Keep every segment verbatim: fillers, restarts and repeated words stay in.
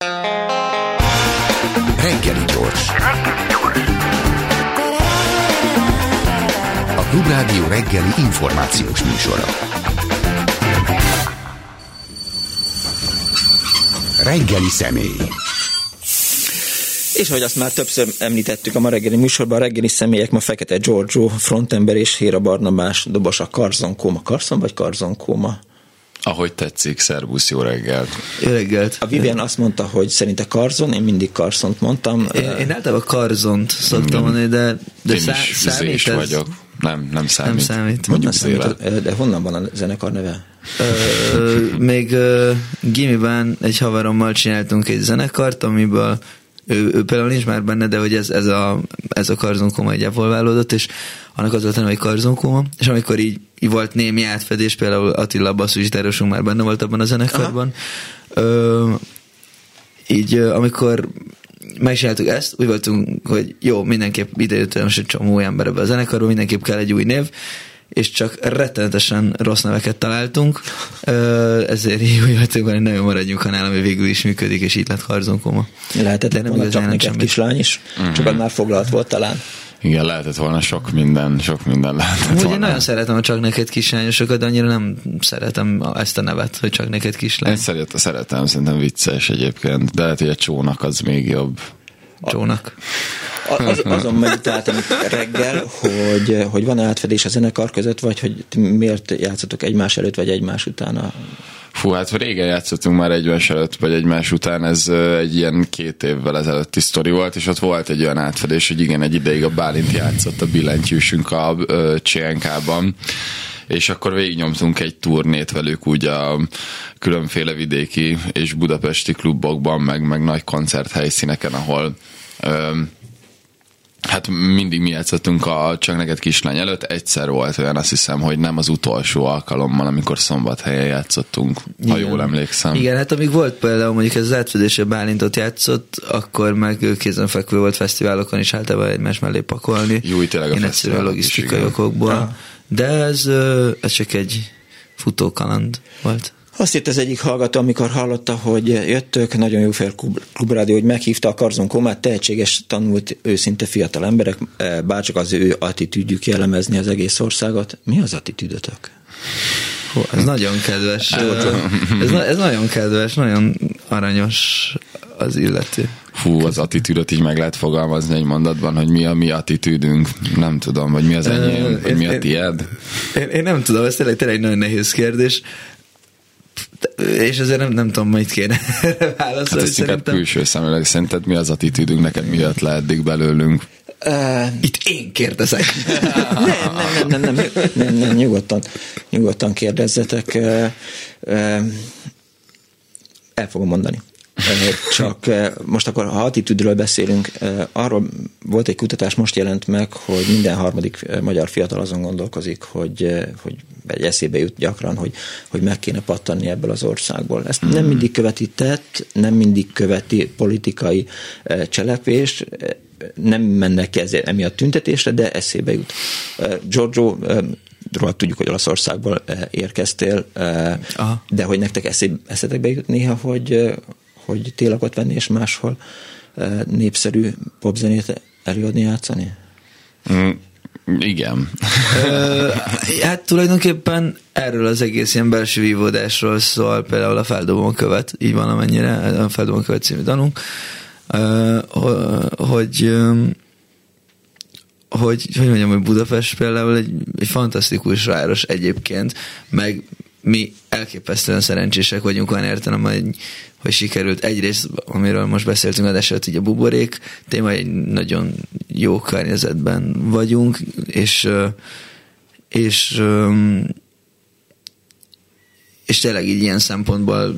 Reggeli gyors. A Klubrádió reggeli információs műsora. Reggeli személy. És ahogy azt már többször említettük a ma reggeli műsorban, a reggeli személyek ma Fekete Giorgio, frontember és Héra Barnabás, dobos a Carson Koma. Carson vagy Carson Koma? Ahogy tetszik, szervusz, jó reggelt. Jó reggelt. A Vivian azt mondta, hogy szerinte Carson, én mindig Carsont mondtam. Én, én általában Carzont szoktam mondani, de, de én szá, is számít is ez? vagyok. Nem, nem számít. Nem számít. Mondjuk számít. De honnan van a zenekar neve? Ö, még ö, gimiben egy haverommal csináltunk egy zenekart, amiből ő, ő például nincs már benne, de hogy ez, ez a, ez a Carson Koma egy evolválódott, és annak az volt, hogy Carson Koma, és amikor így, így volt némi átfedés, például Attila basszusgitársunk már benne volt abban a zenekarban, ö, így amikor megcsináltuk ezt, úgy voltunk, hogy jó, mindenképp idejött most egy csomó ember ebbe a zenekarban, mindenképp kell egy új név, és csak rettenetesen rossz neveket találtunk, ezért így úgy voltunk, hogy nagyon maradjunk, ha nálam, hogy végül is működik, és itt lett Carson Koma. Lehetett volna csak neked kislány is, mm-hmm. csak az már foglalt volt talán. Igen, lehetett volna sok minden, sok minden lehetett Ugye volna. én nagyon szeretem a Csak neked kislányosokat, de annyira nem szeretem ezt a nevet, hogy Csak neked kislány. Én szeret, szeretem, szerintem vicces egyébként, de lehet, hogy a Csónak az még jobb. Csónak. Az, azon meditáltam reggel, hogy, hogy van átfedés a zenekar között, vagy hogy miért játszotok egymás előtt, vagy egymás után? Fú, hát régen játszottunk már egymás előtt, vagy egymás után, ez egy ilyen két évvel ezelőtti sztori volt, és ott volt egy olyan átfedés, hogy igen, egy ideig a Bálint játszott a billentyűsünk a cé en ká-ban, és akkor végignyomtunk egy turnét velük úgy a különféle vidéki és budapesti klubokban, meg, meg nagy koncerthelyszíneken, ahol öm, hát mindig mi játszottunk a Csak neked kislány előtt, egyszer volt olyan, azt hiszem, hogy nem az utolsó alkalommal, amikor Szombathelyen játszottunk, ha igen. jól emlékszem. Igen, hát amíg volt például mondjuk ez az átfedésre Bálintot játszott, akkor meg ő kézenfekvő volt fesztiválokon is általában egymás mellé pakolni. Jó, tényleg a én egyszerűen logisztikai okokból. Ja. De ez, ez csak egy futókaland volt. Azt írt az egyik hallgató, amikor hallotta, hogy jöttök, nagyon jó fél klubrádió, hogy meghívta a Carson Komát, tehetséges, tanult, őszinte fiatal emberek, bárcsak az ő attitűdjük jellemezni az egész országot. Mi az attitűdötök? Hó, ez nagyon kedves. ez, ez nagyon kedves, nagyon aranyos az illető. Fú, az attitűdöt így meg lehet fogalmazni egy mondatban, hogy mi a mi attitűdünk, nem tudom, vagy mi az enyém, vagy mi a tiéd? Én, én nem tudom, ez tényleg, tényleg nagyon nehéz kérdés. És azért nem, nem tudom, mit kéne válaszolni. Hát ezt inkább külső szemüleg, szerinted mi az attitűdünk, neked mi jött le eddig belőlünk? Uh, Itt én kérdezek. nem, nem, nem, nem, nem, nem, nem, nyugodtan, nyugodtan kérdezzetek. Uh, uh, el fogom mondani. Csak most akkor, ha attitűdről beszélünk, arról volt egy kutatás, most jelent meg, hogy minden harmadik magyar fiatal azon gondolkozik, hogy, hogy egy eszébe jut gyakran, hogy, hogy meg kéne pattanni ebből az országból. Ezt nem mindig követi tett, nem mindig követi politikai cselekvés, nem mennek ezért emiatt tüntetésre, de eszébe jut. Giorgio, róla tudjuk, hogy Olaszországból érkeztél, aha. De hogy nektek eszébe, eszetekbe jut néha, hogy hogy télakot venni, és máshol népszerű popzenét előadni, játszani? Mm, igen. Ö, hát tulajdonképpen erről az egész ilyen belső vívódásról szól például a Feldobon követ, így van amennyire, a Feldobon követ című dalunk, hogy hogy, hogy mondjam, hogy Budapest például egy, egy fantasztikus város egyébként, meg mi elképesztően szerencsések vagyunk olyan értelemben, hogy, hogy sikerült egyrészt, amiről most beszéltünk az eset, ugye a buborék téma, egy nagyon jó környezetben vagyunk, és és és tényleg így ilyen szempontból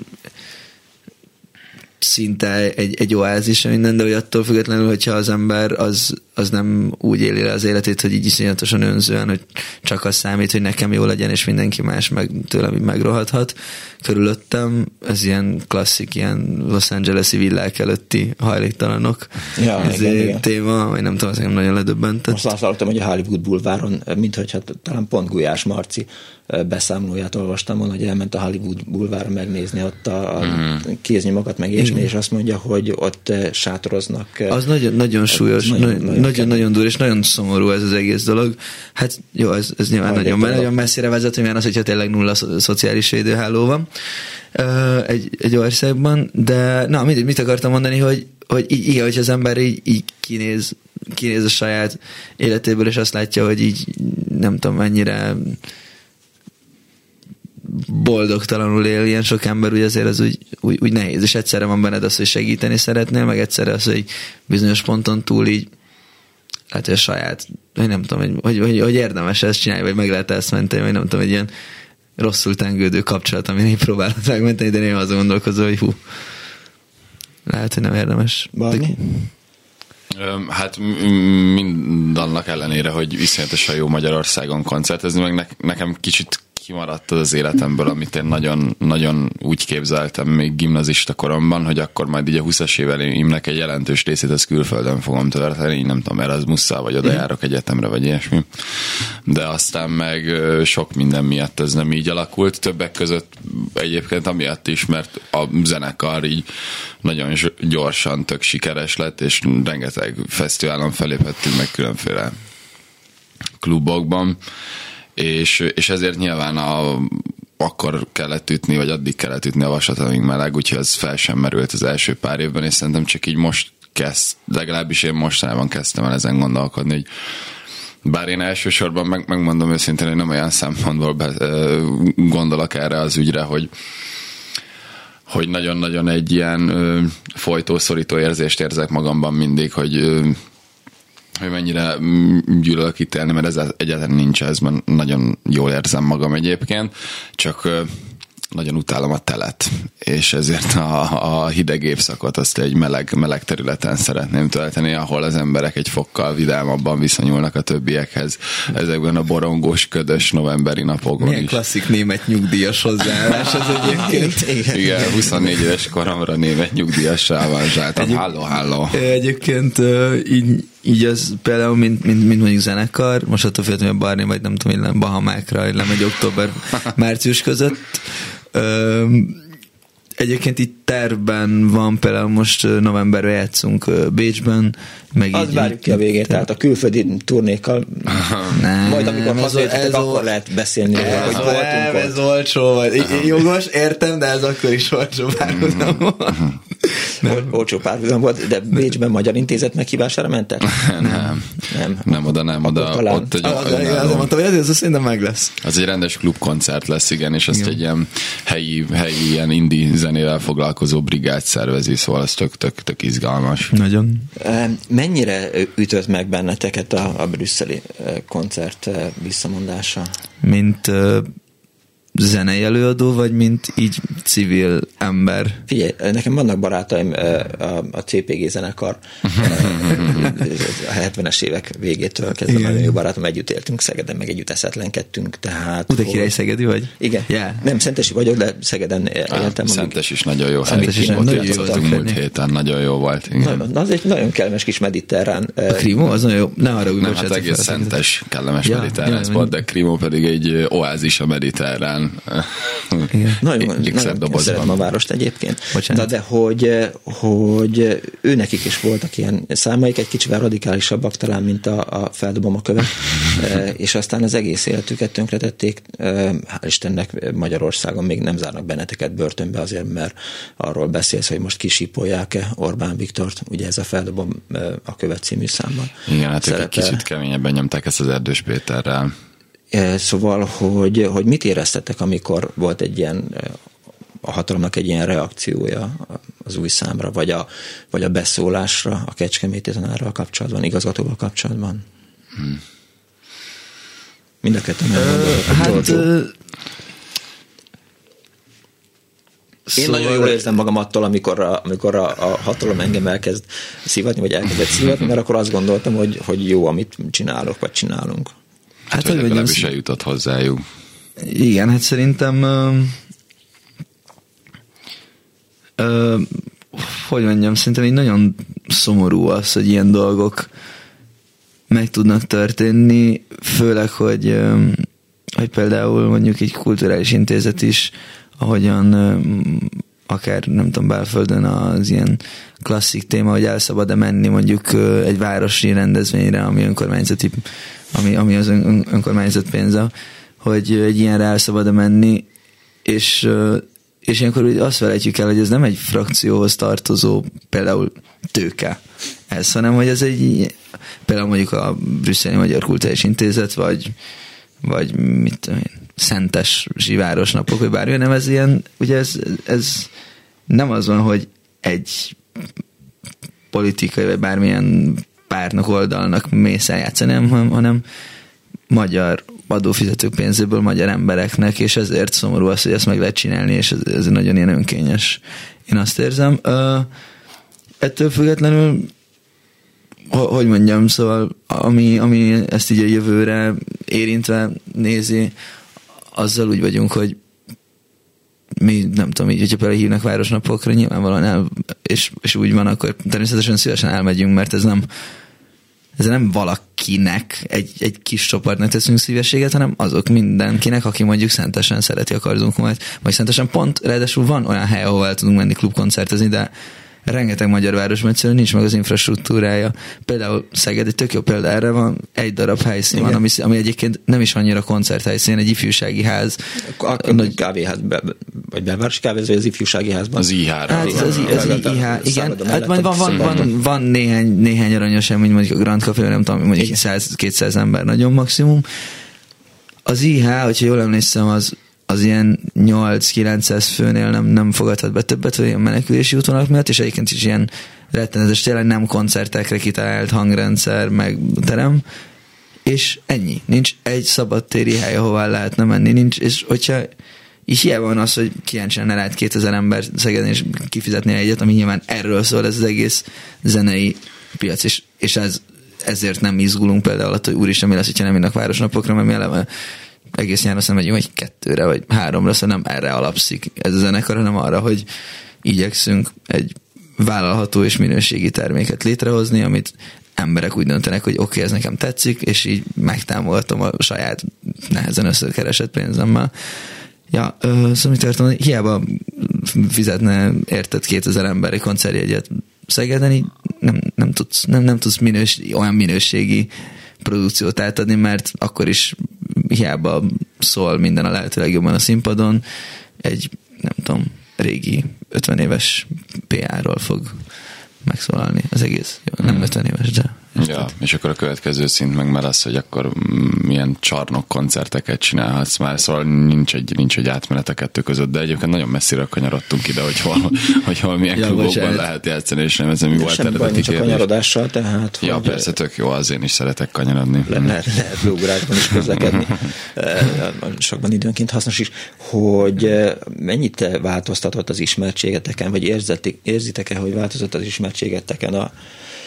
szinte egy, egy oázis minden, de hogy attól függetlenül, hogyha az ember az az nem úgy éli le az életét, hogy így iszonyatosan önzően, hogy csak az számít, hogy nekem jó legyen, és mindenki más meg tőlem így megrohadhat. Körülöttem ez ilyen klasszik, ilyen Los Angeles-i villák előtti hajléktalanok. Ja, ez igen, igen. téma, vagy nem tudom, az engem nagyon ledöbbentett. Most azt hallottam, hogy a Hollywood bulváron, minthogyha talán pont Gulyás Marci beszámolóját olvastam volna, hogy elment a Hollywood bulvára megnézni ott a, a mm. kéznyomokat, meg ilyesmi, és azt mondja, hogy ott sátoroznak. Az nagyon, nagyon súlyos, nagyon-nagyon durva, és nagyon szomorú ez az egész dolog. Hát jó, ez, ez nyilván nagyon, nagyon messzire vezet, hogy az, hogyha tényleg nulla szociális védőháló van egy, egy országban, de na, mit, mit akartam mondani, hogy, hogy így, igen, hogy az ember így, így kinéz, kinéz a saját életéből, és azt látja, hogy így nem tudom mennyire boldogtalanul él ilyen sok ember, úgy azért az úgy, úgy, úgy nehéz, és egyszerre van benned az, hogy segíteni szeretnél, meg egyszerre az, hogy bizonyos ponton túl így hát, hogy a saját, hogy nem tudom, hogy, hogy, hogy, hogy érdemes ezt csinálni, vagy meg lehet ezt menteni, vagy nem tudom, egy ilyen rosszul tengődő kapcsolat, amin én próbálok megmenteni, de én azon gondolkozom, hogy hú, lehet, hogy nem érdemes. Valami? Hát mindannak ellenére, hogy iszonyatosan jó Magyarországon koncertezni, meg ne, nekem kicsit kimaradt az életemből, amit én nagyon, nagyon úgy képzeltem még gimnazista koromban, hogy akkor majd így a huszas éveimnek egy jelentős részét az külföldön fogom tölteni, így nem tudom, Erasmusszal, vagy oda járok egyetemre, vagy ilyesmi. De aztán meg sok minden miatt ez nem így alakult. Többek között egyébként amiatt is, mert a zenekar így nagyon gyorsan tök sikeres lett, és rengeteg fesztiválon feléphettünk meg különféle klubokban, és, és ezért nyilván a, akkor kellett ütni, vagy addig kellett ütni a vasat, amíg meleg, úgyhogy ez fel sem merült az első pár évben, és szerintem csak így most kezd, legalábbis én mostanában kezdtem el ezen gondolkodni, hogy bár én elsősorban meg, megmondom őszintén, hogy nem olyan szempontból be, gondolok erre az ügyre, hogy hogy nagyon-nagyon egy ilyen ö, folytószorító érzést érzek magamban mindig, hogy ö, hogy mennyire gyűlölök itt élni, mert ez egyáltalán nincs ez, mert nagyon jól érzem magam egyébként, csak ö, nagyon utálom a telet, és ezért a, a hideg évszakot azt egy meleg, meleg területen szeretném tölteni, ahol az emberek egy fokkal vidámabban viszonyulnak a többiekhez ezekben a borongós, ködös novemberi napokban. Milyen is. Klasszik német nyugdíjas hozzáállás ez egyébként. Igen, Igen huszonnégy éves koromra német nyugdíjassá avanzsáltam. Halló, halló. Egyébként így, így az például, mint, mint, mint mondjuk zenekar, most attól féltem, hogy a Barney, vagy nem tudom, hogy Bahamákra, hogy lemegy október-március között. Ö, egyébként itt tervben van, például most novemberben játszunk Bécsben, meg azt így, várjuk ki a végét, tehát a külföldi turnékkal nem, majd amikor hazajöttek, akkor ol... lehet beszélni, ez hogy voltunk nem, ott. ez olcsó vagy. Jogos, értem, de ez akkor is olcsó párhuzam volt. Olcsó párhuzam volt, de Bécsben Magyar Intézet meghívására mentek? Nem. Nem, nem oda nem, oda talán... ott egy, az, az, az mondtam, hogy ez, ez szerintem meg lesz. Az egy rendes klubkoncert lesz, igen, és azt igen. egy ilyen helyi, helyi ilyen indie zenével foglalkozó brigád szervezi, szóval ez tök, tök, tök izgalmas. Nagyon. Mennyire ütött meg benneteket a, a brüsszeli koncert visszamondása? Mint uh, zenei előadó, vagy mint így civil ember? Figyelj, nekem vannak barátaim a, a cé pé gé zenekar a hetvenes évek végétől kezdve nagyon jó barátom, együtt éltünk Szegeden, meg együtt eszetlenkedtünk, tehát... Ude király szegedi vagy? Igen. Yeah. Nem, szentesi vagyok, de Szegeden éltem. Szentes is nagyon jó. Szentes is ott nagyon játszottunk múlt héten, nagyon jó volt. Igen. Na, az egy nagyon kellemes kis mediterrán. A Krimo, az nagyon jó. Ne arra úgy, nem, hát egész szentes, kellemes ja, mediterrán ja, sport, de Krimo pedig egy oázis a mediterrán. Nagyon, nagyon szeretem a várost egyébként. De, de hogy, hogy ő nekik is voltak ilyen számaik, egy kicsivel radikálisabbak talán, mint a, a Feldobom a követ, és aztán az egész életüket tönkretették. Hál' Istennek Magyarországon még nem zárnak benneteket börtönbe azért, mert arról beszélsz, hogy most kisípolják-e Orbán Viktort, ugye ez a Feldobom a követ című számmal. Igen, hát ők egy kicsit keményebben nyomták ezt az Erdős Péterrel. Szóval, hogy, hogy mit éreztetek, amikor volt egy ilyen, a hatalomnak egy ilyen reakciója az új számra, vagy a, vagy a beszólásra a Kecskeméti tanárral kapcsolatban, igazgatóval kapcsolatban? Hmm. Mind a ketten nem gondolok. Hát Én szóval... nagyon jól érzem magam attól, amikor a, amikor a, a hatalom engem elkezd szivatni, vagy elkezdett szivatni, mert akkor azt gondoltam, hogy, hogy jó, amit csinálok, vagy csinálunk. Hát, hogy legalábbis eljutott hozzájuk. Igen, hát szerintem ö, ö, hogy mondjam, szerintem így nagyon szomorú az, hogy ilyen dolgok meg tudnak történni, főleg, hogy, ö, hogy például mondjuk egy kulturális intézet is, ahogyan ö, akár, nem tudom, Belföldön az ilyen klasszik téma, hogy el szabad-e menni mondjuk ö, egy városi rendezvényre, ami önkormányzati, ami, ami az ön, önkormányzat pénze, hogy egy ilyenre el szabad menni, és, és ilyenkor azt felejtjük el, hogy ez nem egy frakcióhoz tartozó például tőke ez, hanem hogy ez egy például mondjuk a Brüsszeli Magyar Kulturális Intézet, vagy, vagy mit tudom én, Szentes Zsivárosnapok, vagy bármilyen, nem ez ilyen, ugye ez, ez nem az van, hogy egy politikai, vagy bármilyen párnak, oldalnak mész eljátszani, hanem, hanem magyar adófizetők pénzéből magyar embereknek, és ezért szomorú az, hogy ezt meg lehet csinálni, és ez, ez nagyon ilyen önkényes. Én azt érzem. Uh, ettől függetlenül, hogy mondjam, szóval ami, ami ezt így a jövőre érintve nézi, azzal úgy vagyunk, hogy mi, nem tudom, így, hogyha például hívnak városnapokra, nyilvánvalóan el, és, és úgy van, akkor természetesen szívesen elmegyünk, mert ez nem ez nem valakinek, egy, egy kis csoportnak teszünk szívességet, hanem azok mindenkinek, aki mondjuk Szentesen szereti a Karzunkumát, vagy Szentesen pont, ráadásul van olyan hely, ahol el tudunk menni klubkoncertezni, de rengeteg magyar városban egyszerűen nincs meg az infrastruktúrája. Például Szeged egy tök jó példa erre van, egy darab helyszín van, ami, ami egyébként nem is annyira koncerthelyszín, egy ifjúsági ház. A, a nagy kávéház, be, vagy belvárosi kávéház, vagy az ifjúsági házban? Az i há-ra. Hát az, az, az, az i há, igen. Hát van, van, van, van, van néhány, néhány aranyos, mint mondjuk a Grand Café, nem tudom, mondjuk száz-kétszáz ember nagyon maximum. Az i há, hogyha jól emlékszem, az az ilyen nyolc-kilencszáz főnél nem, nem fogadhat be többet, vagy ilyen menekülési útvonalak miatt, és egyébként is ilyen rettenetes, tényleg nem koncertekre kitalált hangrendszer, meg terem, és ennyi. Nincs egy szabadtéri hely, ahová lehetne menni, nincs, és hogyha és hiába van az, hogy kíváncsian lehet kétezer ember Szegeden, és kifizetni egyet, ami nyilván erről szól ez az egész zenei piac, és, és ez, ezért nem izgulunk például, hogy úristen, mi lesz, hogyha nem jönnek városnapokra, mert mi eleve egész nyáron azt nem megyünk, hogy kettőre, vagy háromra, szóval nem erre alapszik ez a zenekar, hanem arra, hogy igyekszünk egy vállalható és minőségi terméket létrehozni, amit emberek úgy döntenek, hogy oké, okay, ez nekem tetszik, és így megtámogatom a saját nehezen összekeresett pénzemmel. Ja, szóval mit tartom, hiába fizetne érted kétezer emberi koncertjegyet Szegeden, így nem, nem tudsz, nem, nem tudsz minős, olyan minőségi produkciót átadni, mert akkor is hiába szól minden a lehető legjobban a színpadon, egy, nem tudom, régi ötven éves pé á-ról fog megszólalni az egész. Jó, nem ötven éves, de... Ja, és akkor a következő szint meg már az, hogy akkor milyen csarnok koncerteket csinálhatsz már, szóval nincs egy, nincs egy átmenet a kettő között, de egyébként nagyon messzire kanyarodtunk ide, hogy hol, hogy hol milyen ja, klubokban bocsánat. Lehet játszani, és nem ez mi volt eredeti kérdés. A kanyarodással, tehát... Ja, hogy persze, tök jó, az én is szeretek kanyarodni. Le, lehet, lehet lógrásban is közlekedni. Sokban időnként hasznos is, hogy mennyit változtatott az ismertségeteken, vagy érzitek-e, hogy változott az ismertségeteken a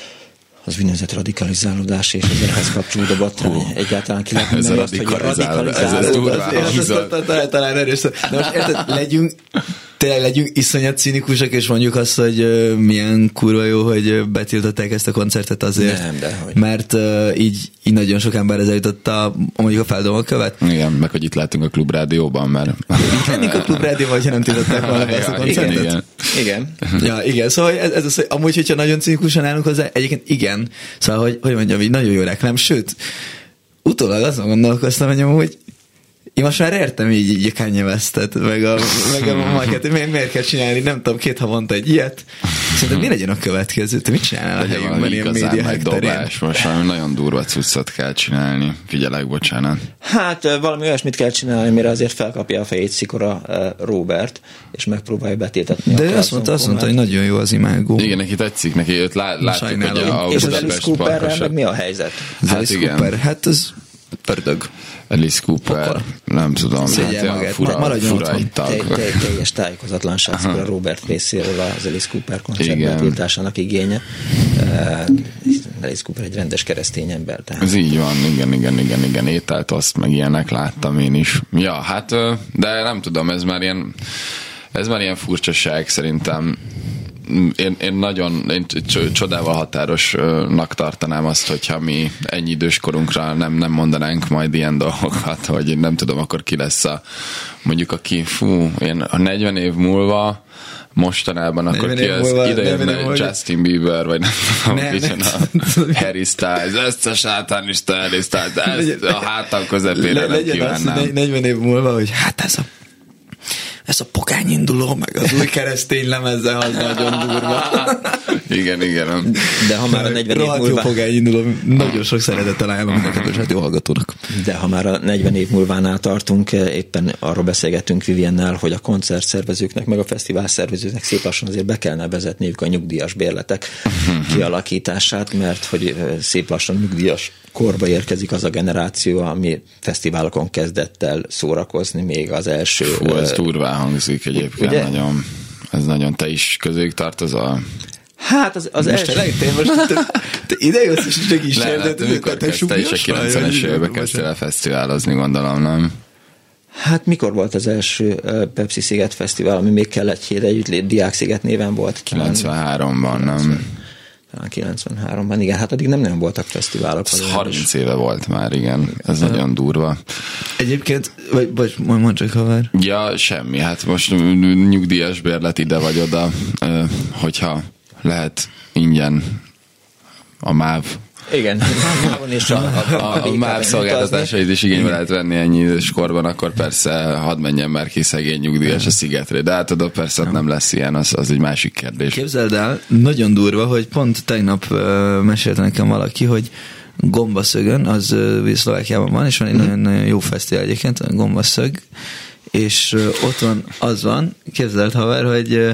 az úgynevezett radikalizálódás és az ehhez kapcsolódó botrány. Egyáltalán ki lehet mondani azt, hogy a radikalizálódás. Talán erős. De most érted, legyünk, tényleg legyünk iszonyat cinikusak, és mondjuk azt, hogy uh, milyen kurva jó, hogy betiltották ezt a koncertet azért. Nem, de hogy. Mert uh, így, így nagyon sok ember ezzel jutott a, mondjuk a Feldomok követ. Igen, meg hogy itt látunk a Klubrádióban, mert... Lennénk a Klubrádióban, hogyha nem tiltották volna ezt a koncertet. Igen. Igen. Ja, igen. Szóval ez, ez az, hogy amúgy, hogyha nagyon cinikusan állunk hozzá, egyébként igen. Szóval, hogy, hogy mondjam, így nagyon jó reklám. Sőt, utólag azon gondolkoztam, hogy amúgy én most már értem így, így a Kanye Westet, meg a, meg a marketing, miért, miért kell csinálni, nem tudom, két havonta egy ilyet. Szerintem mi legyen a következő? Te mit csinálnál a helyünkben ilyen média hekterén? Most valami nagyon durva cuccot kell csinálni. Figyelek, bocsánat. Hát valami olyasmit kell csinálni, mire azért felkapja a fejét Szikora Róbert, és megpróbálja betiltatni. De ő azt mondta, azt mondta, hogy nagyon jó az imágó. Igen, neki tetszik, neki őt lá, látjuk, hogy a és az Alice Cooperrel meg mi a helyzet? Hát igen. Hát az Ördög. Alice Cooper, Pokol. nem tudom. Szégyel hát magát, fura, maradjon fura otthon. egy tag. Te- te- teljes tájékozatlanság a Robert részéről az Alice Cooper koncert Igen. betiltásának igénye. Uh, Alice Cooper egy rendes keresztény ember. Tehát. Ez így van, igen, igen, igen, igen, ételt azt, meg ilyenek láttam én is. Ja, hát, de nem tudom, ez már ilyen, ez már ilyen furcsaság szerintem. Én, én nagyon én csodával határosnak tartanám azt, hogyha mi ennyi idős korunkra nem, nem mondanánk majd ilyen dolgokat, hogy nem tudom, akkor ki lesz a mondjuk aki, fú, én a negyven év múlva mostanában akkor ki az ide jönne Justin Bieber, vagy nem tudom, kicsit a Harry Styles, ezt a sátánista Harry Styles, ezt a hátam közepére nem kívánnám. negyven év múlva, hogy hát ez a ez a pogány induló, meg az új keresztény lemezzel, az nagyon durva. Igen, igen. De ha már a negyven év múlva... jó pogány induló, nagyon sok szeretettel ajánlom mindenket, és hát jó hallgatónak. De ha már a negyven év múlvánál tartunk, éppen arról beszélgettünk Viviennel, hogy a koncertszervezőknek, meg a fesztivál szervezőknek szép lassan azért be kellene vezetniük a nyugdíjas bérletek kialakítását, mert hogy szép lassan nyugdíjas korba érkezik az a generáció, ami fesztiválokon kezdett el szórakozni még az első... Fú, ez durván hangzik egyébként, ugye? Nagyon, ez nagyon, te is közéjük tartozol? Hát az, az most első... Te, most te, te ide jössz, és csak is nem, hát, mikor kezdte is a kilencvenes években kezdtél el fesztiválozni, gondolom, nem? Hát mikor volt az első Pepsi Sziget Fesztivál, ami még kellett hét együttlét, Diák Sziget néven volt? kilencvenháromban, nem? Talán kilencvenháromban, igen, hát addig nem nagyon voltak fesztiválok. Ez harminc éve volt már, igen. Ez uh-huh. nagyon durva. Egyébként, vagy, vagy mondd csak, haver. Ja, semmi. Hát most nyugdíjas bérlet ide vagy oda, hogyha lehet ingyen a MÁV. Igen, és a, a, a, a, a MÁV szolgáltatásait is igénybe lehet venni ennyi idős korban, akkor persze hadd menjen már ki szegény nyugdíjas a szigetre. De hát oda persze ott nem lesz ilyen, az, az egy másik kérdés. Képzeld el, nagyon durva, hogy pont tegnap uh, mesélte nekem valaki, hogy Gombaszögön, az uh, Szlovákiában van, és van egy mm. nagyon-nagyon jó fesztivál egyébként, Gombaszög, és uh, ott van, az van, képzeld haver, hogy uh,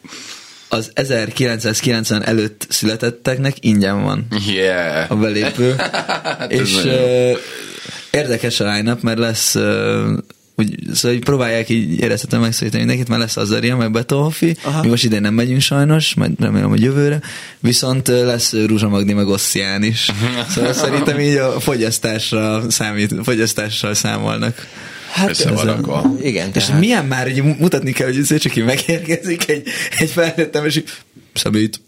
az ezerkilencszázkilencven előtt születetteknek ingyen van yeah. a belépő. És uh, érdekes a line-up, mert lesz uh, úgy, szóval hogy próbálják így érezhetően megszólítani mindenkit, mert lesz Azaria, meg Betonhofi. Mi most idén nem megyünk sajnos, majd remélem, hogy jövőre. Viszont uh, lesz Rúzsa Magdi, meg Osszián is. Szóval szerintem így a fogyasztásra számít, fogyasztással számolnak. Hát ez a, igen. És tehát... milyen már, hogy mutatni kell, hogy azért csak így megérkezik egy, egy felnőttem, és így szemét.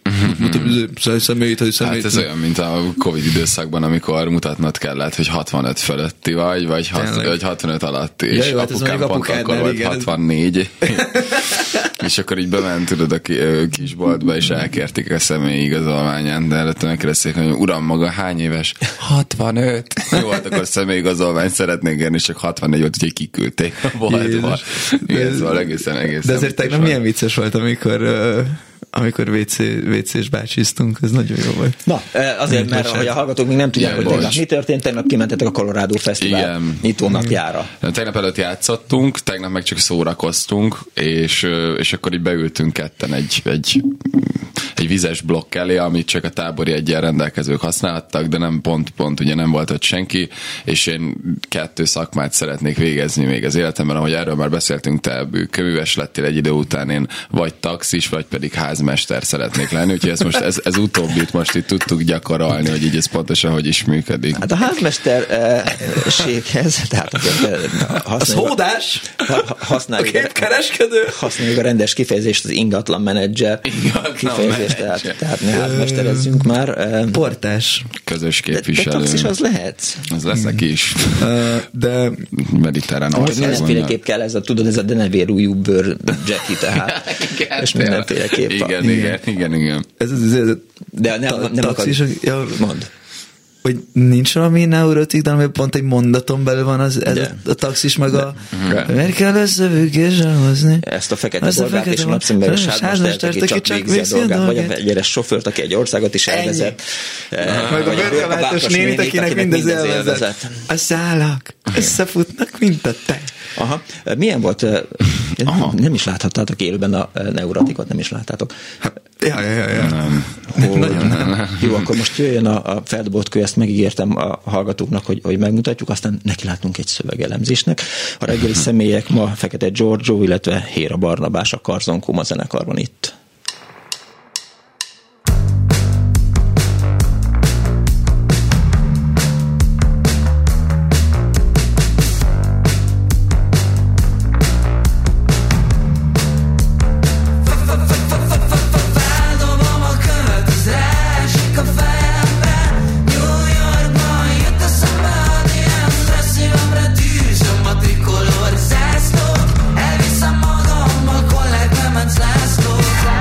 szemét, hogy szemét. Hát ez olyan, mint a Covid időszakban, amikor mutatnod kellett, hogy hatvanöt fölötti vagy, vagy, hat, vagy hatvanöt alatti, és ja, apukám hát pont akkor volt igen, hatvannégy. És akkor így bement, tudod, a kisboltba, és elkérték a személyi igazolványán, de előtte megkérdezték, hogy uram, maga hány éves? hatvanöt. Jó, hát akkor személyi igazolványt szeretnék érni, és csak hatvannégy volt, úgyhogy kiküldték a boltba. Igen, szóval egészen, egészen. De azért tegnap milyen vicces volt, amikor... amikor vé cés bácsiztunk, ez nagyon jó volt. Na, azért, mert hogy a hallgatók még nem tudják, igen, hogy tegnap mi történt, tegnap kimentetek a Colorado Fesztivál nyitónapjára. Tegnap előtt játszottunk, tegnap meg csak szórakoztunk, és, és akkor így beültünk ketten egy, egy, egy vizes blokk elé, amit csak a tábori egyen rendelkezők használhattak, de nem pont-pont, ugye nem volt ott senki, és én kettő szakmát szeretnék végezni még az életemben, ahogy erről már beszéltünk, te köműves lettél egy idő után, én vagy taxis, vagy pedig házmester szeretnék lenni, úgyhogy ez most ez, ez utóbbit most itt tudtuk gyakorolni, hogy így ez pontosan hogy is működik. Hát a házmesterséghez, tehát az hódás, használjuk a képkereskedő, használjuk a rendes kifejezést, az ingatlan menedzser kifejezést, tehát, tehát ne házmesterezzünk már. Portás. Közös képviselő. De, de taxis az lehet. Az leszek is. De mediterrán országban. Mindenféleképp kell ez a, tudod, ez a denevérújú bőr Jackie, tehát. És mindenféleképp. Igen, igen, igen, igen. Ez az, ez de nem, ta, nem taxis, akad... ja, Mond. Hogy nincs valami neurotik, de pont egy mondaton belül van az, ez a, a taxis meg a miért kell összefüggésre hozni? Ezt a fekete dolgát és a napszemberes házmestert, aki csak végzi a dolgát, vagy a egyenes sofőrt, aki egy országot is elvezet. Meg a bőrkabátos nénit, akinek mindez elvezet. A szálak összefutnak, mint a te. Aha. Milyen volt? Aha. Nem is láthattátok élőben a Neurotikot, nem is láttátok. Ja, ja, ja. ja. Nem. Nagyon nem. Jó, akkor most jöjjön a, a feldobott kő, ezt megígértem a hallgatóknak, hogy, hogy megmutatjuk, aztán neki látunk egy szövegelemzésnek. A reggeli személyek ma Fekete Giorgio, illetve Héra Barnabás, a Karzon Koma zenekarban itt. Elviszem magammal, kollég, bemenc László.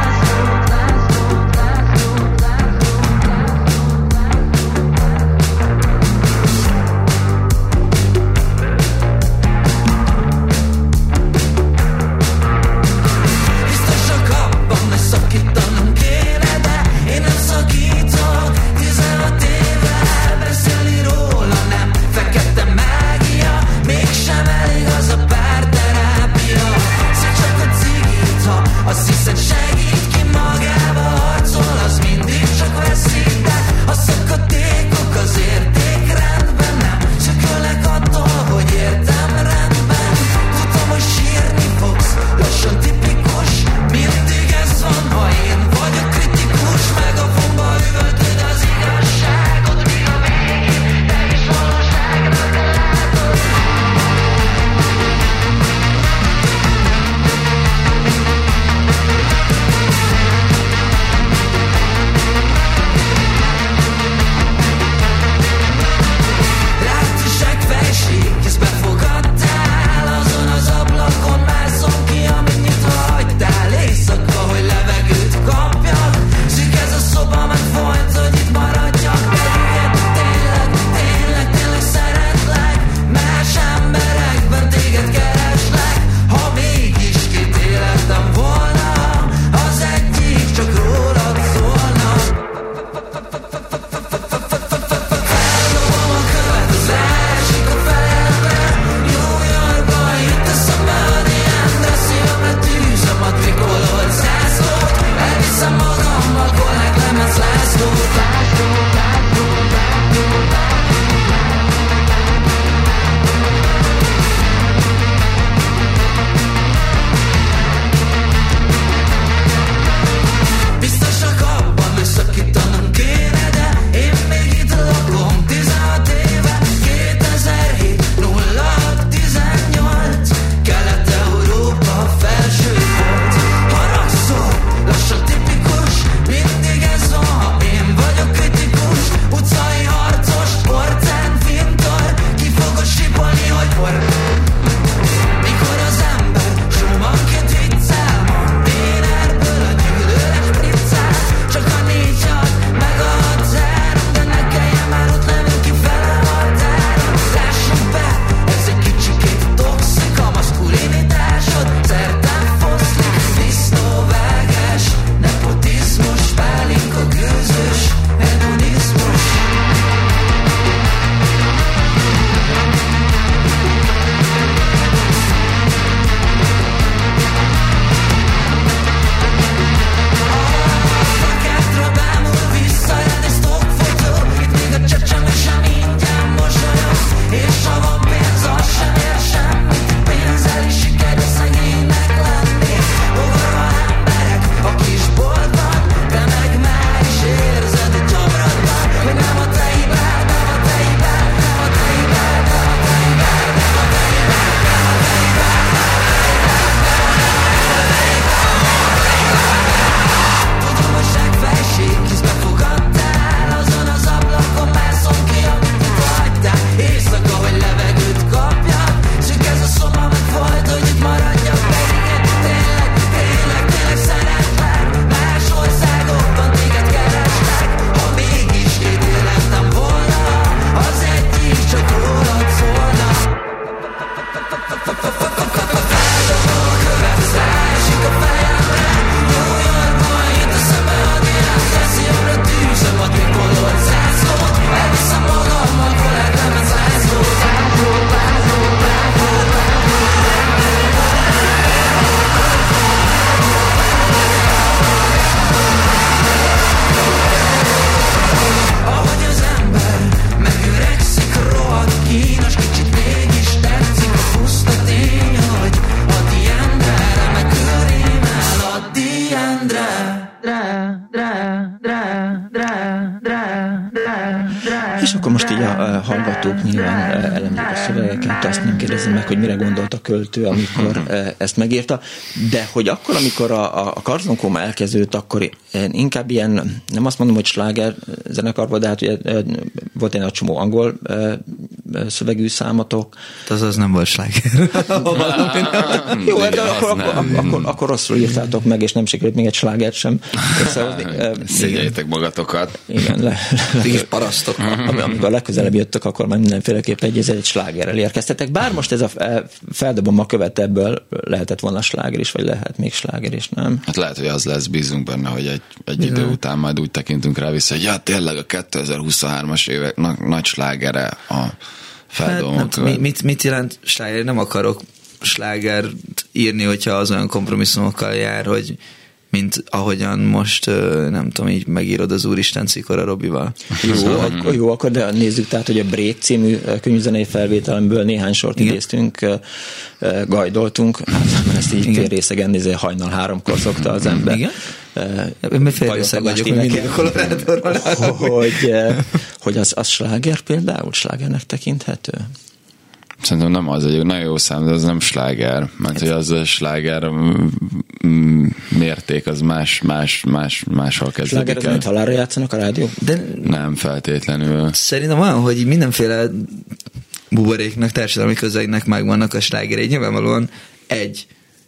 És akkor most így a, a hallgatók nyilván elemzik a szövegeket, azt nem kérdezem meg, hogy mire gondolt a költő, amikor ezt megírta, de hogy akkor, amikor a, a Karzonkóma elkezdődött, akkor inkább ilyen, nem azt mondom, hogy sláger zenekar volt, de hát ugye volt egy nagy csomó angol szövegű számotok. Az az nem volt sláger. Jó, de akkor, akkor, akkor, akkor rosszul írtátok meg, és nem sikerült még egy slágert sem összehozni. Szégyeljétek magatokat. Igen, le, le, parasztok. Amikor legközelebb jöttök, akkor már mindenféleképp egy, egy slágerrel érkeztetek. Bár most ez a feldobom a követ, ebből lehetett volna sláger is, vagy lehet még sláger is, nem? Hát lehet, hogy az lesz, bízunk benne, hogy egy, egy idő után majd úgy tekintünk rá vissza, hogy ja, tényleg a kétezer-huszonhármas évek nagy slágere a feldobom hát, a követ. Mit, mit jelent sláger? Nem akarok slágert írni, hogyha az olyan kompromisszumokkal jár, hogy mint ahogyan most, nem tudom, így megírod az Úristen Cikora Robival. Jó, akkor, jó, akkor de nézzük, tehát, hogy a Break című könyvzenei felvételemből néhány sort igen. idéztünk, gajdoltunk, hát ezt így fél részegen nézé, hajnal háromkor szokta az ember. Igen? Én még fél részeg vagyok, hogy mindig a Colorado-ról hogy, hogy az, az sláger például, slágernek tekinthető? Szerintem nem az egy nagyon jó szám, de az nem sláger, mert hogy az a sláger mérték, az más, más, más, máshol kezdődik el. Sláger az, amit halálra játszanak a rádió? De nem feltétlenül. Szerintem olyan, hogy mindenféle buboréknak, társadalmi közegnek megvannak a slágerei. Nyilvánvalóan egy,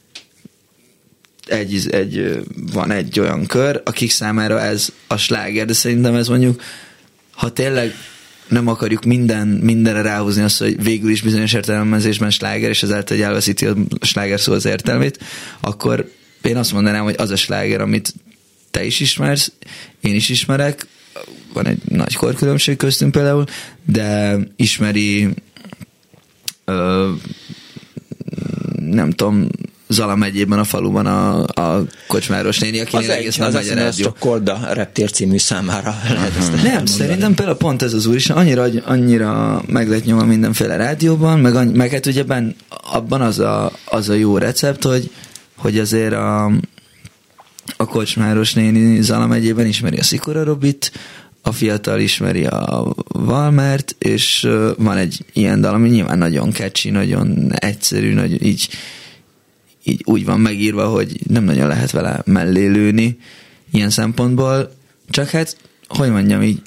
egy, egy, van egy olyan kör, akik számára ez a sláger, de szerintem ez mondjuk, ha tényleg nem akarjuk minden, mindenre ráhúzni azt, hogy végül is bizonyos értelmezésben sláger, és ezáltal, hogy elveszíti a sláger szó az értelmét, akkor én azt mondanám, hogy az a sláger, amit te is ismersz, én is ismerek, van egy nagy korkülönbség köztünk például, de ismeri ö, nem tudom, Zala megyében, a faluban a, a kocsmáros néni, akinél egész nagy megy a rádió. Az csak Korda Reptér című számára lehet ezt nem, nem szerintem például pont ez az Úristen, annyira, annyira meg lett nyomva mindenféle rádióban, meg, meg hát ugye ben, abban az a, az a jó recept, hogy, hogy azért a, a kocsmáros néni Zala megyében ismeri a Szikora Robit, a fiatal ismeri a Valmert, és van egy ilyen dal, ami nyilván nagyon catchy, nagyon egyszerű, nagyon így így úgy van megírva, hogy nem nagyon lehet vele mellé lőni ilyen szempontból, csak hát, hogy mondjam így,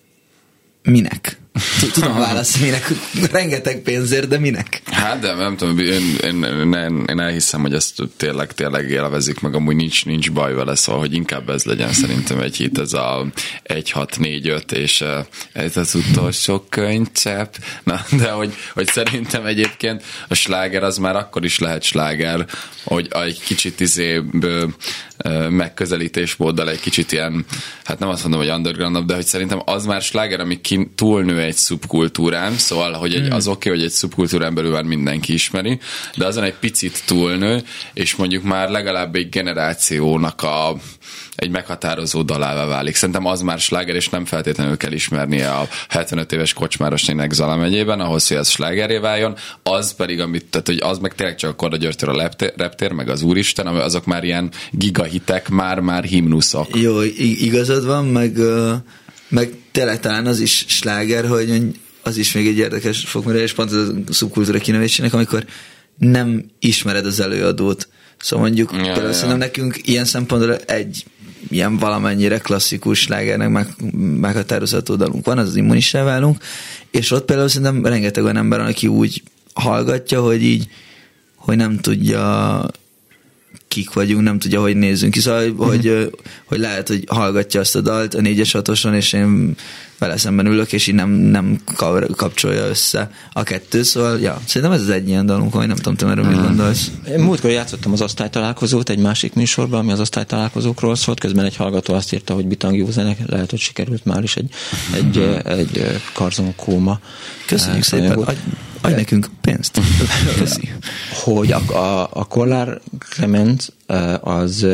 minek? Tudom a választ, minek? Rengeteg pénzért, de minek? Hát, de nem tudom, én, én, én, én elhiszem, hogy ezt tényleg, tényleg élvezik, meg amúgy nincs, nincs baj vele, szóval, hogy inkább ez legyen szerintem egy hit, ez a egy hat négy öt, és ez az utolsó könycsepp. Na, de hogy, hogy szerintem egyébként a sláger az már akkor is lehet sláger, hogy egy kicsit izébb megközelítésmóddal egy kicsit ilyen, hát nem azt mondom, hogy underground, de hogy szerintem az már sláger, ami túlnő egy szubkultúrán, szóval hogy egy, az oké, okay, hogy egy szubkultúrán belül már mindenki ismeri, de azon egy picit túlnő, és mondjuk már legalább egy generációnak a egy meghatározó dalává válik. Szerintem az már sláger, és nem feltétlenül kell ismernie a hetvenöt éves kocsmáros nének Zala megyében, ahhoz, hogy ez slágerré váljon, az pedig, amit, tehát, hogy az meg tényleg csak a Korda Györgytől a Reptér, meg az Úristen, azok már ilyen gigahitek, már-már himnuszok. Jó, igazad van, meg, meg tényleg talán az is sláger, hogy az is még egy érdekes fokmérő, és pont ez a szubkultúra kinevésének, amikor nem ismered az előadót. Szóval mondjuk ja, például ja. Szerintem nekünk ilyen szempontból egy ilyen valamennyire klasszikus slágernek meg, meghatározható dalunk van, az az Immunissá válunk, és ott például szerintem rengeteg olyan ember, aki úgy hallgatja, hogy így, hogy nem tudja kik vagyunk, nem tudja, hogy nézzünk ki. Szóval, mm-hmm. hogy, hogy lehet, hogy hallgatja azt a dalt a négyes hatoson, és én vele szemben ülök, és így nem, nem kapcsolja össze a kettő. Szóval, ja, szerintem ez az egy ilyen dalunk, hogy nem tudom, te erről mit gondolsz. Én múltkor játszottam az osztálytalálkozót egy másik műsorban, ami az osztálytalálkozókról szólt, közben egy hallgató azt írta, hogy bitang jó zenek, lehet, hogy sikerült már is egy, egy, egy, egy Karzonkóma. Köszönjük szépen, adj, adj nekünk pénzt. Köszi. Hogy a, a, a Kollár Klement az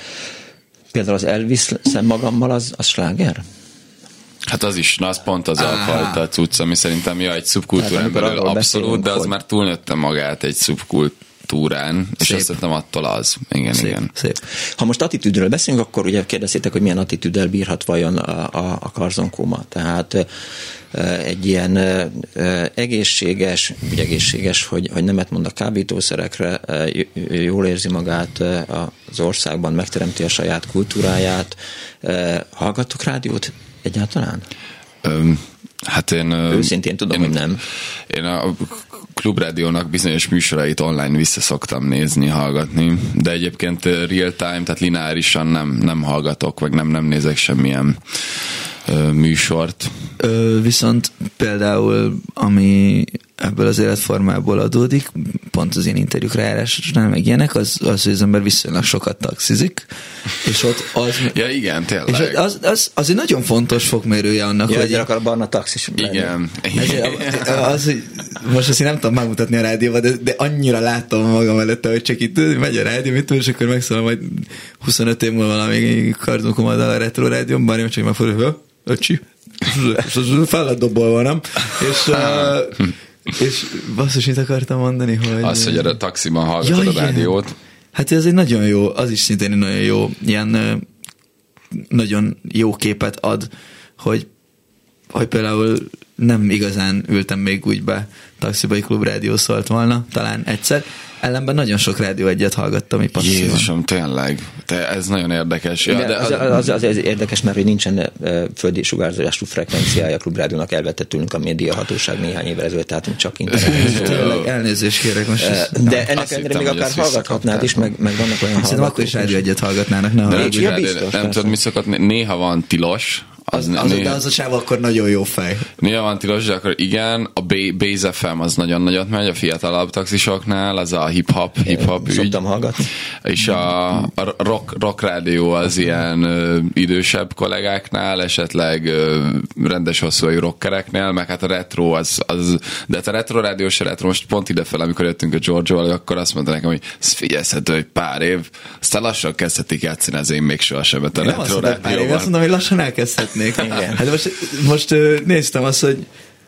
például az Elvis magammal az, az sláger? Hát az is, na az pont az ah. a fajta cucc, ami szerintem ja, egy szubkultúrán belül abszolút, de az már túlnőtte magát egy szubkult, túrán, és Szép. azt hiszem attól az. Igen, Szép, igen. szép. Ha most attitűdről beszélünk, akkor ugye kérdeztétek, hogy milyen attitűddel bírhat vajon a, a, a karzonkóma. Tehát egy ilyen egészséges, úgy egészséges, hogy, hogy nemet mond a kábítószerekre, jól érzi magát az országban, megteremti a saját kultúráját. Hallgattok rádiót egyáltalán? Öm, hát én... Őszintén tudom, én, hogy nem. Én a Klubrádiónak bizonyos műsorait online vissza szoktam nézni, hallgatni, de egyébként real time, tehát lineárisan nem, nem hallgatok, vagy nem, nem nézek semmilyen ö, műsort. Ö, viszont például, ami ebből az életformából adódik, pont az én interjúk rájárásnál meg ilyenek, az, az, hogy az ember viszonylag sokat taxizik, és ott az... Ja, igen, tényleg. És az, az, az egy nagyon fontos fokmérője annak, Ja, hogy... hogy akar a barna taxis lenni. Igen. Ezért az, hogy most azt én nem tudom megmutatni a rádióban, de, de annyira láttam magam előtte, hogy csak itt megy a rádió, mit tudom, és akkor megszólom, hogy huszonöt év múlva valami kardonkómadal a retro rádióban, én csak megfordul, öcsi, fel lett dobolva, nem? És... Uh, és basszus, mit akartam mondani, hogy... Az, hogy a taxiban hallgatod ja, a rádiót. Igen. Hát ez egy nagyon jó, az is szintén egy nagyon jó, ilyen nagyon jó képet ad, hogy, hogy például nem igazán ültem még úgy be taxiba, egy klubrádió szólt volna, talán egyszer. Ellenben nagyon sok rádió egyet hallgattam, így passzívan. Jézusom, tényleg. Te, ez nagyon érdekes. Ja, de az, az, az, az érdekes, mert hogy nincsen földi sugárzású frekvenciája a klubrádiónak, elvette tőlünk a médiahatóság néhány évvel ezelőtt, tehát csak internet. Tényleg elnézést kérek most. Ez, de ennek ellenére még akár hallgathatnád is, meg, meg vannak olyan hallgatók. Szerintem akkor is rádió egyet hallgatnának. Ne nem, ja, biztos, nem tudod, mit szokott, néha van tilos. Az, az, néha, de az a sáv akkor nagyon jó fej. Néha van tilos, de akkor igen, a Base ef em az nagyon nagyot megy a fiatalabb taxisoknál, az a hip-hop, hip-hop ügy. Szoktam hallgatni. És a, a rock, rock rádió az ilyen ö, idősebb kollégáknál, esetleg ö, rendes hosszúajú rockereknél, meg hát a retro az, az de hát a retro rádió se retro, most pont idefel, amikor jöttünk a George-val, akkor azt mondta nekem, hogy ez figyelszhető, hogy pár év, aztán lassan kezdhetik játszani, az én még sohasem a retro rádióval. Azt mondom, hogy lassan elkezdhet. Igen. Hát most, most néztem azt, hogy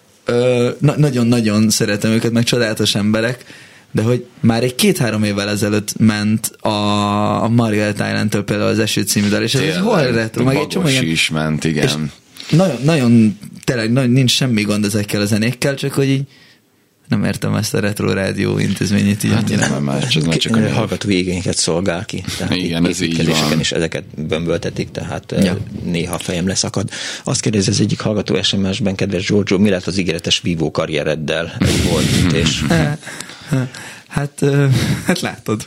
na, nagyon-nagyon szeretem őket, meg csodálatos emberek, de hogy már egy két-három évvel ezelőtt ment a, a Margaret Island-től például az Eső című dal, és ez egy hol retro, meg egy csomó ilyen... is ment, igen. Nagyon, nagyon, tényleg nagyon, nincs semmi gond ezekkel a zenékkel, csak hogy így nem értem ezt a retro rádió intézményét. Így hát nem más, csak, csak a hallgatói igényeket szolgál ki. Tehát igen, ez így van. És ezeket bömböltetik, tehát ja. néha a fejem leszakad. Azt kérdezi az egyik hallgató es em es-ben, kedves Giorgio, mi lett az ígéretes vívó karriereddel? Ez volt ütés. Hát, hát látod.